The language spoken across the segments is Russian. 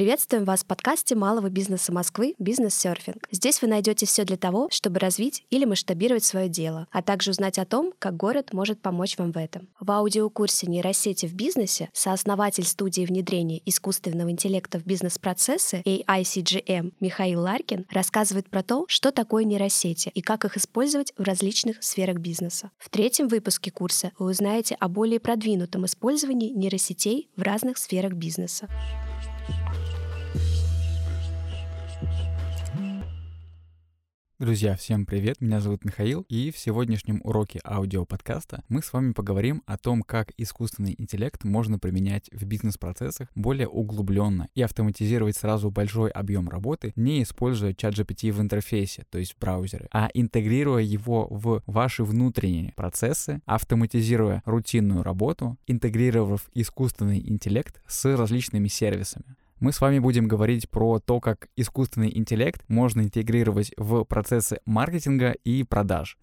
Приветствуем вас в подкасте малого бизнеса Москвы «Бизнес-серфинг». Здесь вы найдете все для того, чтобы развить или масштабировать свое дело, а также узнать о том, как город может помочь вам в этом. В аудиокурсе «Нейросети в бизнесе» сооснователь студии внедрения искусственного интеллекта в бизнес-процессы AI-CGM Михаил Ларкин рассказывает про то, что такое нейросети и как их использовать в различных сферах бизнеса. В третьем выпуске курса вы узнаете о более продвинутом использовании нейросетей в разных сферах бизнеса. Друзья, всем привет, меня зовут Михаил, и в сегодняшнем уроке аудиоподкаста мы с вами поговорим о том, как искусственный интеллект можно применять в бизнес-процессах более углубленно и автоматизировать сразу большой объем работы, не используя ChatGPT в интерфейсе, то есть в браузере, а интегрируя его в ваши внутренние процессы, автоматизируя рутинную работу, интегрировав искусственный интеллект с различными сервисами. Мы с вами будем говорить про то, как искусственный интеллект можно интегрировать в процессы маркетинга и продаж.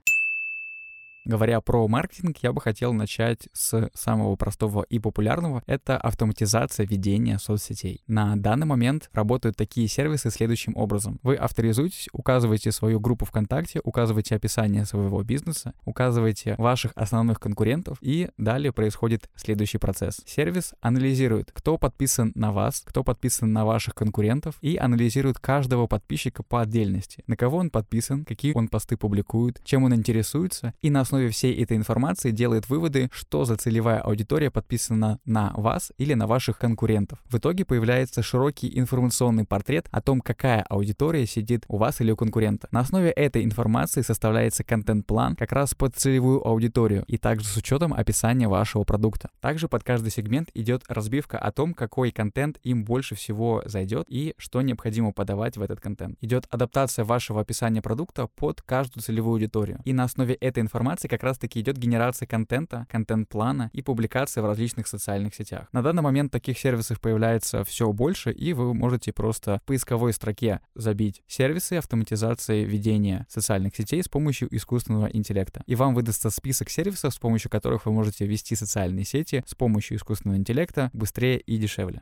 Говоря про маркетинг, я бы хотел начать с самого простого и популярного. Это автоматизация ведения соцсетей. На данный момент работают такие сервисы следующим образом. Вы авторизуетесь, указываете свою группу ВКонтакте, указываете описание своего бизнеса, указываете ваших основных конкурентов, и далее происходит следующий процесс. Сервис анализирует, кто подписан на вас, кто подписан на ваших конкурентов, и анализирует каждого подписчика по отдельности. На кого он подписан, какие он посты публикует, чем он интересуется, и на основе всей этой информации делает выводы, что за целевая аудитория подписана на вас или на ваших конкурентов. В итоге появляется широкий информационный портрет о том, какая аудитория сидит у вас или у конкурента. На основе этой информации составляется контент-план как раз под целевую аудиторию и также с учетом описания вашего продукта. Также под каждый сегмент идет разбивка о том, какой контент им больше всего зайдет и что необходимо подавать в этот контент. Идет адаптация вашего описания продукта под каждую целевую аудиторию. И на основе этой информации как раз-таки идет генерация контента, контент-плана и публикация в различных социальных сетях. На данный момент таких сервисов появляется все больше, и вы можете просто в поисковой строке забить сервисы автоматизации ведения социальных сетей с помощью искусственного интеллекта. И вам выдастся список сервисов, с помощью которых вы можете вести социальные сети с помощью искусственного интеллекта быстрее и дешевле.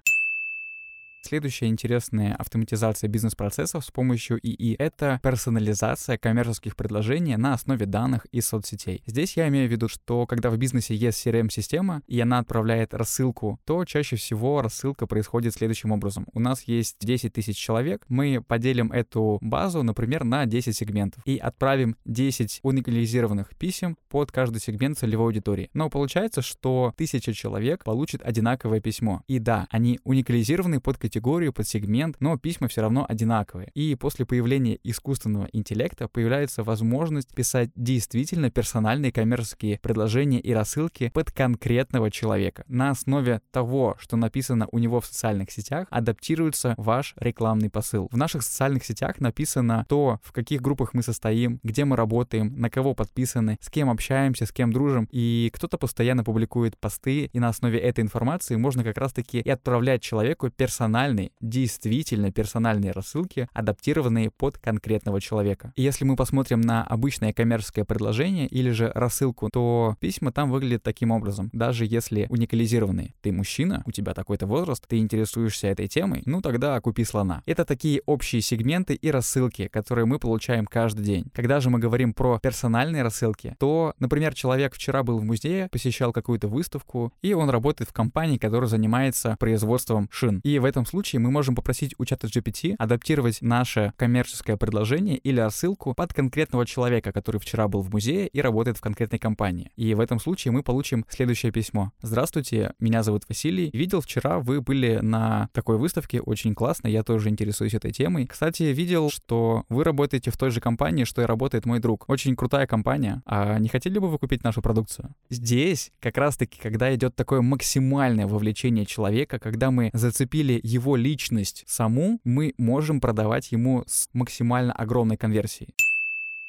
Следующая интересная автоматизация бизнес-процессов с помощью ИИ — это персонализация коммерческих предложений на основе данных из соцсетей. Здесь я имею в виду, что когда в бизнесе есть CRM-система, и она отправляет рассылку, то чаще всего рассылка происходит следующим образом. У нас есть 10 тысяч человек, мы поделим эту базу, например, на 10 сегментов и отправим 10 уникализированных писем под каждый сегмент целевой аудитории. Но получается, что 1000 человек получат одинаковое письмо. И да, они уникализированы под категорию, под сегмент, но письма все равно одинаковые. И после появления искусственного интеллекта появляется возможность писать действительно персональные коммерческие предложения и рассылки под конкретного человека. На основе того, что написано у него в социальных сетях, адаптируется ваш рекламный посыл. В наших социальных сетях написано то, в каких группах мы состоим, где мы работаем, на кого подписаны, с кем общаемся, с кем дружим, и кто-то постоянно публикует посты, и на основе этой информации можно как раз-таки и отправлять человеку действительно персональные рассылки, адаптированные под конкретного человека. И если мы посмотрим на обычное коммерческое предложение или же рассылку, то письма там выглядят таким образом. Даже если уникализированные. Ты мужчина, у тебя такой-то возраст, ты интересуешься этой темой, ну тогда купи слона. Это такие общие сегменты и рассылки, которые мы получаем каждый день. Когда же мы говорим про персональные рассылки, то, например, человек вчера был в музее, посещал какую-то выставку, и он работает в компании, которая занимается производством шин. И в этом случае мы можем попросить у ChatGPT адаптировать наше коммерческое предложение или рассылку под конкретного человека, который вчера был в музее и работает в конкретной компании. И в этом случае мы получим следующее письмо. Здравствуйте, меня зовут Василий. Видел, вчера вы были на такой выставке, очень классно, я тоже интересуюсь этой темой. Кстати, видел, что вы работаете в той же компании, что и работает мой друг. Очень крутая компания. А не хотели бы вы купить нашу продукцию? Здесь как раз-таки, когда идет такое максимальное вовлечение человека, когда мы зацепили его личность саму, мы можем продавать ему с максимально огромной конверсией.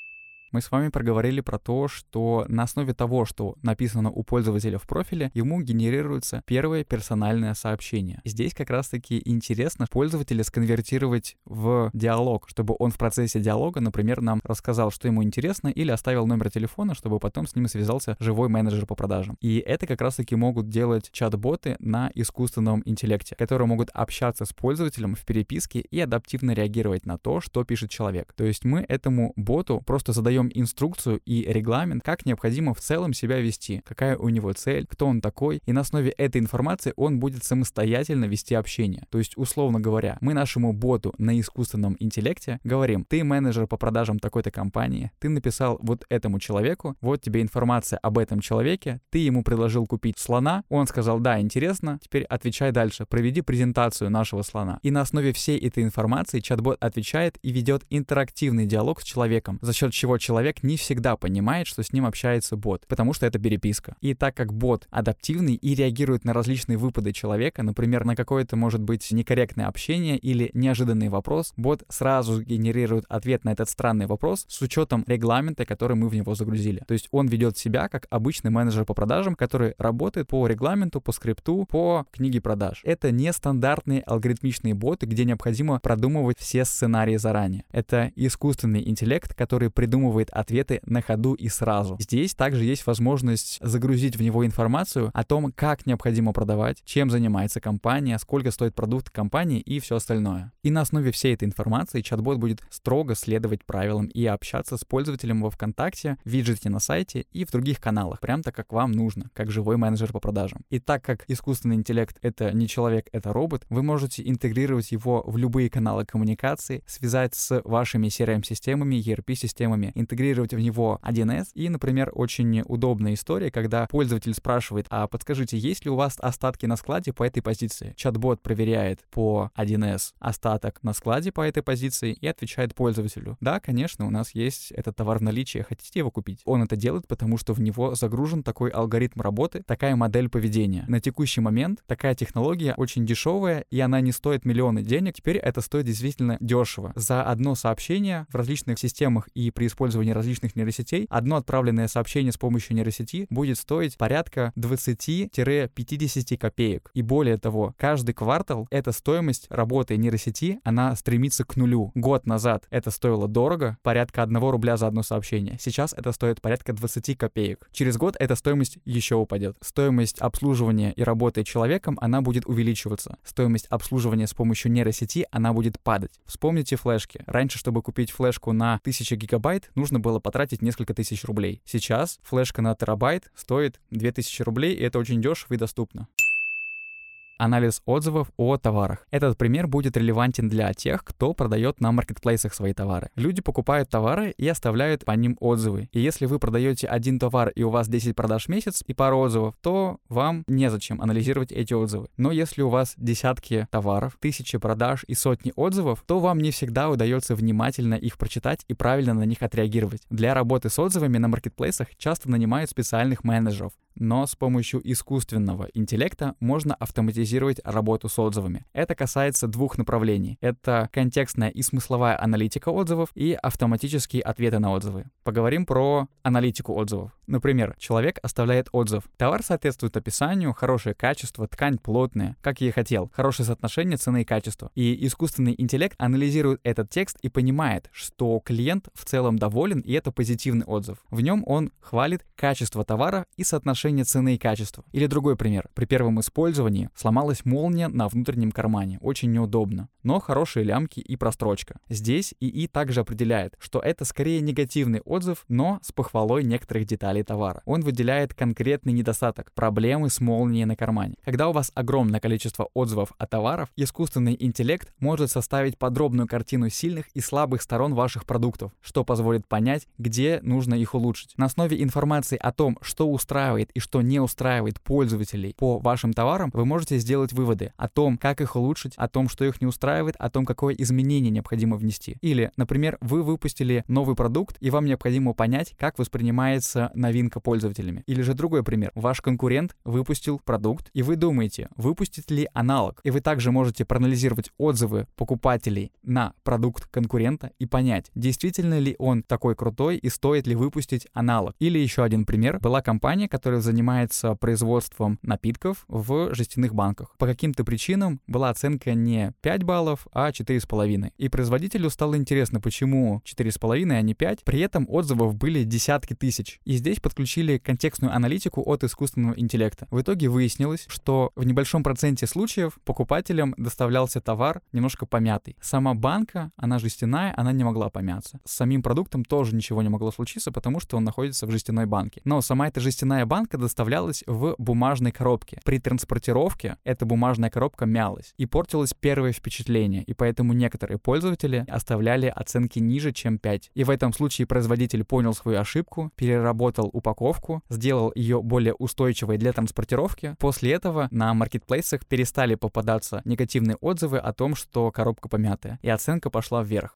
Мы с вами проговорили про то, что на основе того, что написано у пользователя в профиле, ему генерируется первое персональное сообщение. Здесь как раз-таки интересно пользователя сконвертировать в диалог, чтобы он в процессе диалога, например, нам рассказал, что ему интересно, или оставил номер телефона, чтобы потом с ним связался живой менеджер по продажам. И это как раз-таки могут делать чат-боты на искусственном интеллекте, которые могут общаться с пользователем в переписке и адаптивно реагировать на то, что пишет человек. То есть мы этому боту просто задаем инструкцию и регламент, как необходимо в целом себя вести, какая у него цель, кто он такой, и на основе этой информации он будет самостоятельно вести общение. То есть, условно говоря, мы нашему боту на искусственном интеллекте говорим: ты менеджер по продажам такой-то компании, ты написал вот этому человеку, вот тебе информация об этом человеке, ты ему предложил купить слона, он сказал: да, интересно, теперь отвечай дальше, проведи презентацию нашего слона. И на основе всей этой информации чат-бот отвечает и ведет интерактивный диалог с человеком, за счет чего человек не всегда понимает, что с ним общается бот, потому что это переписка. И так как бот адаптивный и реагирует на различные выпады человека, например, на какое-то, может быть, некорректное общение или неожиданный вопрос, бот сразу генерирует ответ на этот странный вопрос с учетом регламента, который мы в него загрузили. То есть он ведет себя как обычный менеджер по продажам, который работает по регламенту, по скрипту, по книге продаж. Это не стандартные алгоритмичные боты, где необходимо продумывать все сценарии заранее. Это искусственный интеллект, который придумывает ответы на ходу и сразу. Здесь также есть возможность загрузить в него информацию о том, как необходимо продавать, чем занимается компания, сколько стоит продукт компании и все остальное. И на основе всей этой информации чат-бот будет строго следовать правилам и общаться с пользователем во ВКонтакте, в виджете на сайте и в других каналах, прям так, как вам нужно, как живой менеджер по продажам. И так как искусственный интеллект — это не человек, это робот, вы можете интегрировать его в любые каналы коммуникации, связать с вашими CRM-системами, ERP-системами, интегрировать в него 1С. И, например, очень удобная история, когда пользователь спрашивает: а подскажите, есть ли у вас остатки на складе по этой позиции? Чат-бот проверяет по 1С остаток на складе по этой позиции и отвечает пользователю: да, конечно, у нас есть этот товар в наличии, хотите его купить? Он это делает, потому что в него загружен такой алгоритм работы, такая модель поведения. На текущий момент такая технология очень дешевая, и она не стоит миллионы денег. Теперь это стоит действительно дешево. За одно сообщение в различных системах и при использовании различных нейросетей одно отправленное сообщение с помощью нейросети будет стоить порядка 20-50 копеек. И более того, каждый квартал эта стоимость работы нейросети, она стремится к нулю. Год назад это стоило дорого, порядка 1 рубля за одно сообщение. Сейчас это стоит порядка 20 копеек. Через год эта стоимость еще упадет. Стоимость обслуживания и работы человеком, она будет увеличиваться. Стоимость обслуживания с помощью нейросети, она будет падать. Вспомните флешки. Раньше, чтобы купить флешку на 1000 гигабайт, нужно было потратить несколько тысяч рублей. Сейчас флешка на терабайт стоит 2000 рублей, и это очень дешево и доступно. Анализ отзывов о товарах. Этот пример будет релевантен для тех, кто продает на маркетплейсах свои товары. Люди покупают товары и оставляют по ним отзывы. И если вы продаете один товар и у вас 10 продаж в месяц и пару отзывов, то вам незачем анализировать эти отзывы. Но если у вас десятки товаров, тысячи продаж и сотни отзывов, то вам не всегда удается внимательно их прочитать и правильно на них отреагировать. Для работы с отзывами на маркетплейсах часто нанимают специальных менеджеров. Но с помощью искусственного интеллекта можно автоматизировать работу с отзывами. Это касается двух направлений. Это контекстная и смысловая аналитика отзывов и автоматические ответы на отзывы. Поговорим про аналитику отзывов. Например, человек оставляет отзыв: товар соответствует описанию, хорошее качество, ткань плотная, как я и хотел, хорошее соотношение цены и качества. И искусственный интеллект анализирует этот текст и понимает, что клиент в целом доволен, и это позитивный отзыв. В нем он хвалит качество товара и соотношение цены и качества. Или другой пример. При первом использовании сломалась молния на внутреннем кармане. Очень неудобно. Но хорошие лямки и прострочка. Здесь ИИ также определяет, что это скорее негативный отзыв, но с похвалой некоторых деталей товара. Он выделяет конкретный недостаток — проблемы с молнией на кармане. Когда у вас огромное количество отзывов о товарах, искусственный интеллект может составить подробную картину сильных и слабых сторон ваших продуктов, что позволит понять, где нужно их улучшить. На основе информации о том, что устраивает и что не устраивает пользователей по вашим товарам, вы можете сделать выводы о том, как их улучшить, о том, что их не устраивает, о том, какое изменение необходимо внести. Или, например, вы выпустили новый продукт, и вам необходимо понять, как воспринимается новинка пользователями. Или же другой пример. Ваш конкурент выпустил продукт, и вы думаете, выпустит ли аналог. И вы также можете проанализировать отзывы покупателей на продукт конкурента и понять, действительно ли он такой крутой и стоит ли выпустить аналог. Или еще один пример. Была компания, которая занимается производством напитков в жестяных банках. По каким-то причинам была оценка не 5 баллов, а 4,5. И производителю стало интересно, почему 4,5, а не 5. При этом отзывов были десятки тысяч. И здесь подключили контекстную аналитику от искусственного интеллекта. В итоге выяснилось, что в небольшом проценте случаев покупателям доставлялся товар немножко помятый. Сама банка, она жестяная, она не могла помяться. С самим продуктом тоже ничего не могло случиться, потому что он находится в жестяной банке. Но сама эта жестяная банка доставлялась в бумажной коробке. При транспортировке эта бумажная коробка мялась и портилось первое впечатление, и поэтому некоторые пользователи оставляли оценки ниже, чем 5. И в этом случае производитель понял свою ошибку, переработал упаковку, сделал ее более устойчивой для транспортировки. После этого на маркетплейсах перестали попадаться негативные отзывы о том, что коробка помятая, и оценка пошла вверх.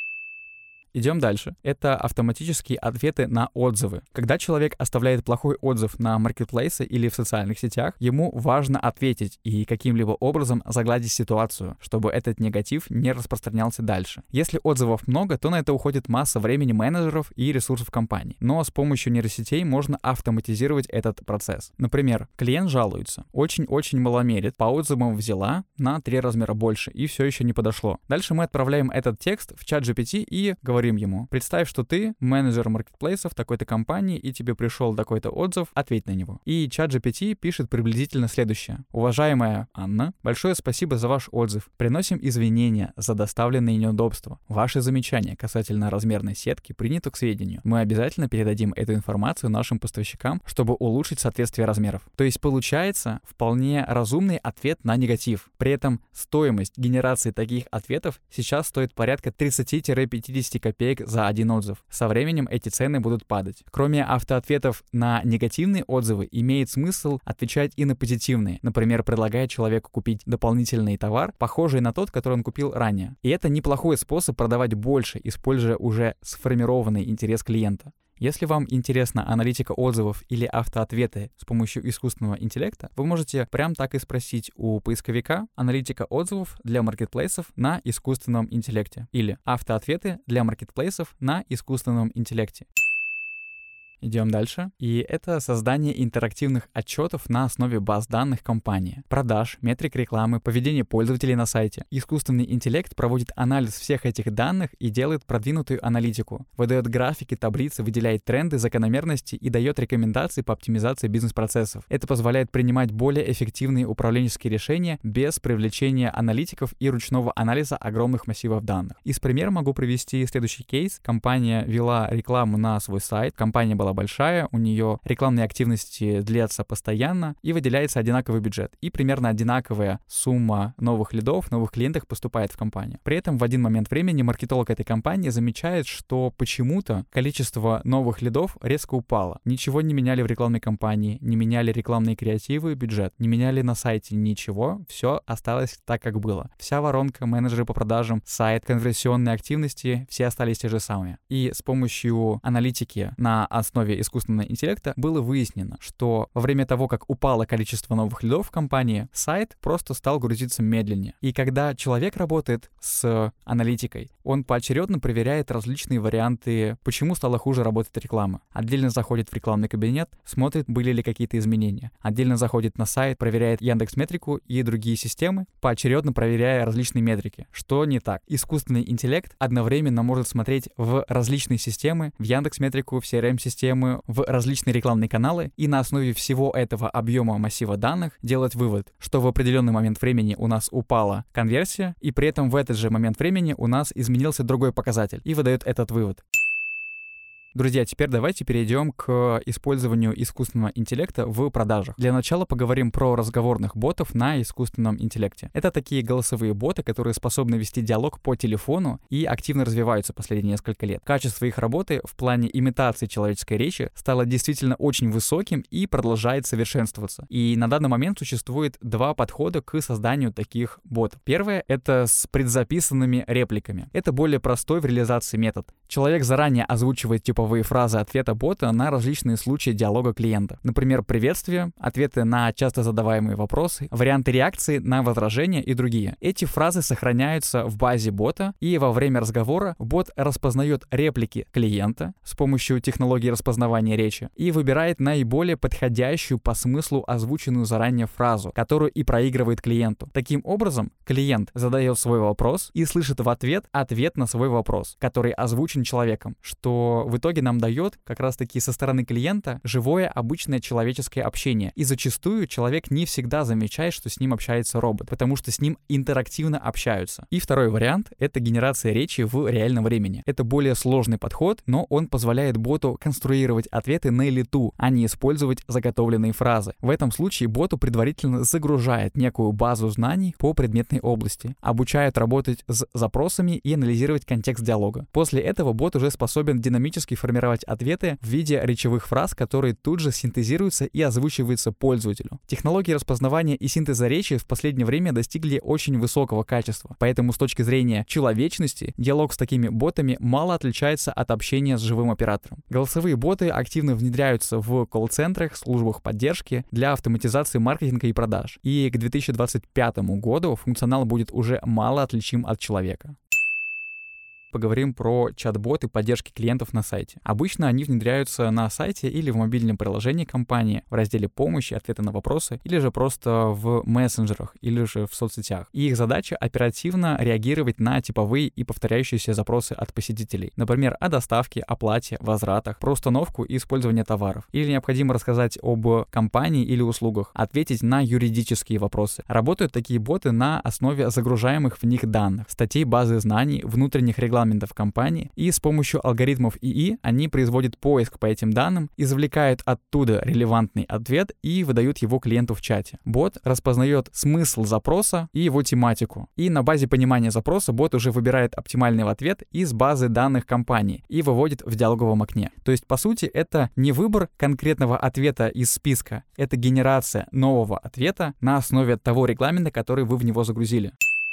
Идем дальше. Это автоматические ответы на отзывы. Когда человек оставляет плохой отзыв на маркетплейсе или в социальных сетях, ему важно ответить и каким-либо образом загладить ситуацию, чтобы этот негатив не распространялся дальше. Если отзывов много, то на это уходит масса времени менеджеров и ресурсов компании. Но с помощью нейросетей можно автоматизировать этот процесс. Например, клиент жалуется. Очень-очень маломерит. По отзывам взяла на 3 размера больше и все еще не подошло. Дальше мы отправляем этот текст в чат GPT и говорим ему: представь, что ты менеджер маркетплейсов такой-то компании, и тебе пришел такой-то отзыв, ответь на него. И чат GPT пишет приблизительно следующее: уважаемая Анна, большое спасибо за ваш отзыв. Приносим извинения за доставленные неудобства. Ваши замечания касательно размерной сетки приняты к сведению. Мы обязательно передадим эту информацию нашим поставщикам, чтобы улучшить соответствие размеров. То есть получается вполне разумный ответ на негатив. При этом стоимость генерации таких ответов сейчас стоит порядка 30-50 копеек за один отзыв. Со временем эти цены будут падать. Кроме автоответов на негативные отзывы, имеет смысл отвечать и на позитивные. Например, предлагая человеку купить дополнительный товар, похожий на тот, который он купил ранее. И это неплохой способ продавать больше, используя уже сформированный интерес клиента. Если вам интересна аналитика отзывов или автоответы с помощью искусственного интеллекта, вы можете прям так и спросить у поисковика аналитика отзывов для маркетплейсов на искусственном интеллекте или автоответы для маркетплейсов на искусственном интеллекте. Идем дальше. И это создание интерактивных отчетов на основе баз данных компании, продаж, метрик рекламы, поведения пользователей на сайте. Искусственный интеллект проводит анализ всех этих данных и делает продвинутую аналитику. Выдает графики, таблицы, выделяет тренды, закономерности и дает рекомендации по оптимизации бизнес-процессов. Это позволяет принимать более эффективные управленческие решения без привлечения аналитиков и ручного анализа огромных массивов данных. Из примера могу привести следующий кейс. Компания вела рекламу на свой сайт. Компания была большая, у нее рекламные активности длятся постоянно и выделяется одинаковый бюджет. И примерно одинаковая сумма новых лидов, новых клиентов поступает в компанию. При этом в один момент времени маркетолог этой компании замечает, что почему-то количество новых лидов резко упало. Ничего не меняли в рекламной кампании, не меняли рекламные креативы, бюджет, не меняли на сайте ничего, все осталось так, как было. Вся воронка, менеджеры по продажам, сайт, конверсионные активности, все остались те же самые. И с помощью аналитики на основе искусственного интеллекта было выяснено, что во время того, как упало количество новых лидов в компании, сайт просто стал грузиться медленнее. И когда человек работает с аналитикой, он поочередно проверяет различные варианты, почему стала хуже работать реклама. Отдельно заходит в рекламный кабинет, смотрит, были ли какие-то изменения. Отдельно заходит на сайт, проверяет Яндекс.Метрику и другие системы, поочередно проверяя различные метрики. Что не так? Искусственный интеллект одновременно может смотреть в различные системы, в Яндекс.Метрику, в CRM-системы, в различные рекламные каналы и на основе всего этого объема массива данных делать вывод, что в определенный момент времени у нас упала конверсия, и при этом в этот же момент времени у нас изменился другой показатель, и выдает этот вывод. Друзья, теперь давайте перейдем к использованию искусственного интеллекта в продажах. Для начала поговорим про разговорных ботов на искусственном интеллекте. Это такие голосовые боты, которые способны вести диалог по телефону и активно развиваются последние несколько лет. Качество их работы в плане имитации человеческой речи стало действительно очень высоким и продолжает совершенствоваться. И на данный момент существует два подхода к созданию таких ботов. Первое — это с предзаписанными репликами. Это более простой в реализации метод. Человек заранее озвучивает типовые фразы ответа бота на различные случаи диалога клиента. Например, приветствие, ответы на часто задаваемые вопросы, варианты реакции на возражения и другие. Эти фразы сохраняются в базе бота, и во время разговора бот распознает реплики клиента с помощью технологии распознавания речи и выбирает наиболее подходящую по смыслу озвученную заранее фразу, которую и проигрывает клиенту. Таким образом, клиент задает свой вопрос и слышит в ответ на свой вопрос, который озвучен человеком, что в итоге нам дает как раз-таки со стороны клиента живое обычное человеческое общение. И зачастую человек не всегда замечает, что с ним общается робот, потому что с ним интерактивно общаются. И второй вариант — это генерация речи в реальном времени. Это более сложный подход, но он позволяет боту конструировать ответы на лету, а не использовать заготовленные фразы. В этом случае боту предварительно загружает некую базу знаний по предметной области, обучает работать с запросами и анализировать контекст диалога. После этого бот уже способен динамически формировать ответы в виде речевых фраз, которые тут же синтезируются и озвучиваются пользователю. Технологии распознавания и синтеза речи в последнее время достигли очень высокого качества, поэтому с точки зрения человечности диалог с такими ботами мало отличается от общения с живым оператором. Голосовые боты активно внедряются в колл-центрах, службах поддержки для автоматизации маркетинга и продаж. И к 2025 году функционал будет уже мало отличим от человека. Поговорим про чат-боты поддержки клиентов на сайте. Обычно они внедряются на сайте или в мобильном приложении компании, в разделе помощи, ответы на вопросы, или же просто в мессенджерах, или же в соцсетях. И их задача — оперативно реагировать на типовые и повторяющиеся запросы от посетителей. Например, о доставке, оплате, возвратах, про установку и использование товаров. Или необходимо рассказать об компании или услугах, ответить на юридические вопросы. Работают такие боты на основе загружаемых в них данных, статей базы знаний, внутренних регламентов компании, и с помощью алгоритмов ИИ они производят поиск по этим данным, извлекают оттуда релевантный ответ и выдают его клиенту в чате. Бот распознает смысл запроса и его тематику. И на базе понимания запроса бот уже выбирает оптимальный ответ из базы данных компании и выводит в диалоговом окне. То есть, по сути, это не выбор конкретного ответа из списка, это генерация нового ответа на основе того регламента, который вы в него загрузили.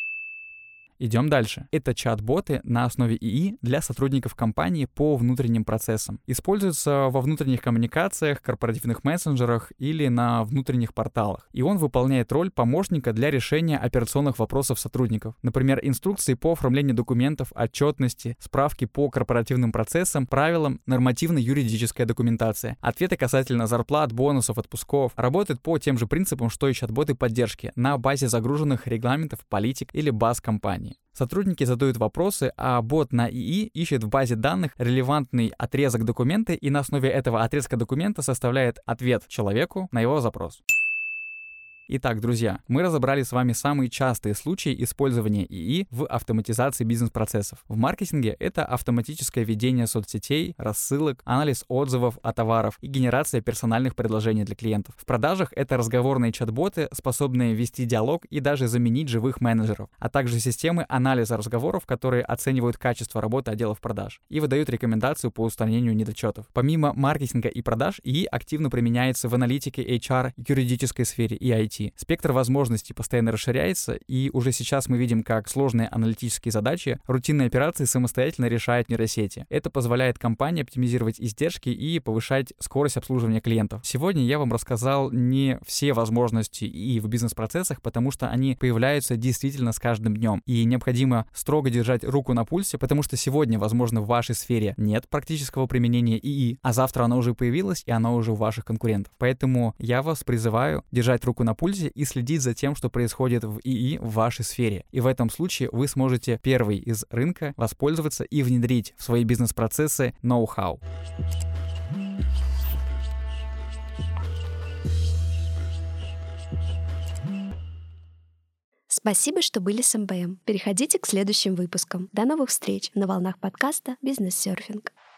Идем дальше. Это чат-боты на основе ИИ для сотрудников компании по внутренним процессам. Используются во внутренних коммуникациях, корпоративных мессенджерах или на внутренних порталах. И он выполняет роль помощника для решения операционных вопросов сотрудников. Например, инструкции по оформлению документов, отчетности, справки по корпоративным процессам, правилам, нормативно-юридическая документация, ответы касательно зарплат, бонусов, отпусков. Работает по тем же принципам, что и чат-боты поддержки на базе загруженных регламентов, политик или баз компании. Сотрудники задают вопросы, а бот на ИИ ищет в базе данных релевантный отрезок документа и на основе этого отрезка документа составляет ответ человеку на его запрос. Итак, друзья, мы разобрали с вами самые частые случаи использования ИИ в автоматизации бизнес-процессов. В маркетинге это автоматическое ведение соцсетей, рассылок, анализ отзывов о товарах и генерация персональных предложений для клиентов. В продажах это разговорные чат-боты, способные вести диалог и даже заменить живых менеджеров, а также системы анализа разговоров, которые оценивают качество работы отделов продаж и выдают рекомендацию по устранению недочетов. Помимо маркетинга и продаж, ИИ активно применяется в аналитике, HR, юридической сфере и IT. Спектр возможностей постоянно расширяется, и уже сейчас мы видим, как сложные аналитические задачи, рутинные операции самостоятельно решают нейросети. Это позволяет компании оптимизировать издержки и повышать скорость обслуживания клиентов. Сегодня я вам рассказал не все возможности ИИ в бизнес-процессах, потому что они появляются действительно с каждым днем, и необходимо строго держать руку на пульсе, потому что сегодня, возможно, в вашей сфере нет практического применения ИИ, а завтра оно уже появилось, и оно уже у ваших конкурентов. Поэтому я вас призываю держать руку на пульсе и следить за тем, что происходит в ИИ в вашей сфере. И в этом случае вы сможете первый из рынка воспользоваться и внедрить в свои бизнес-процессы ноу-хау. Спасибо, что были с МБМ. Переходите к следующим выпускам. До новых встреч на волнах подкаста «Бизнес-серфинг».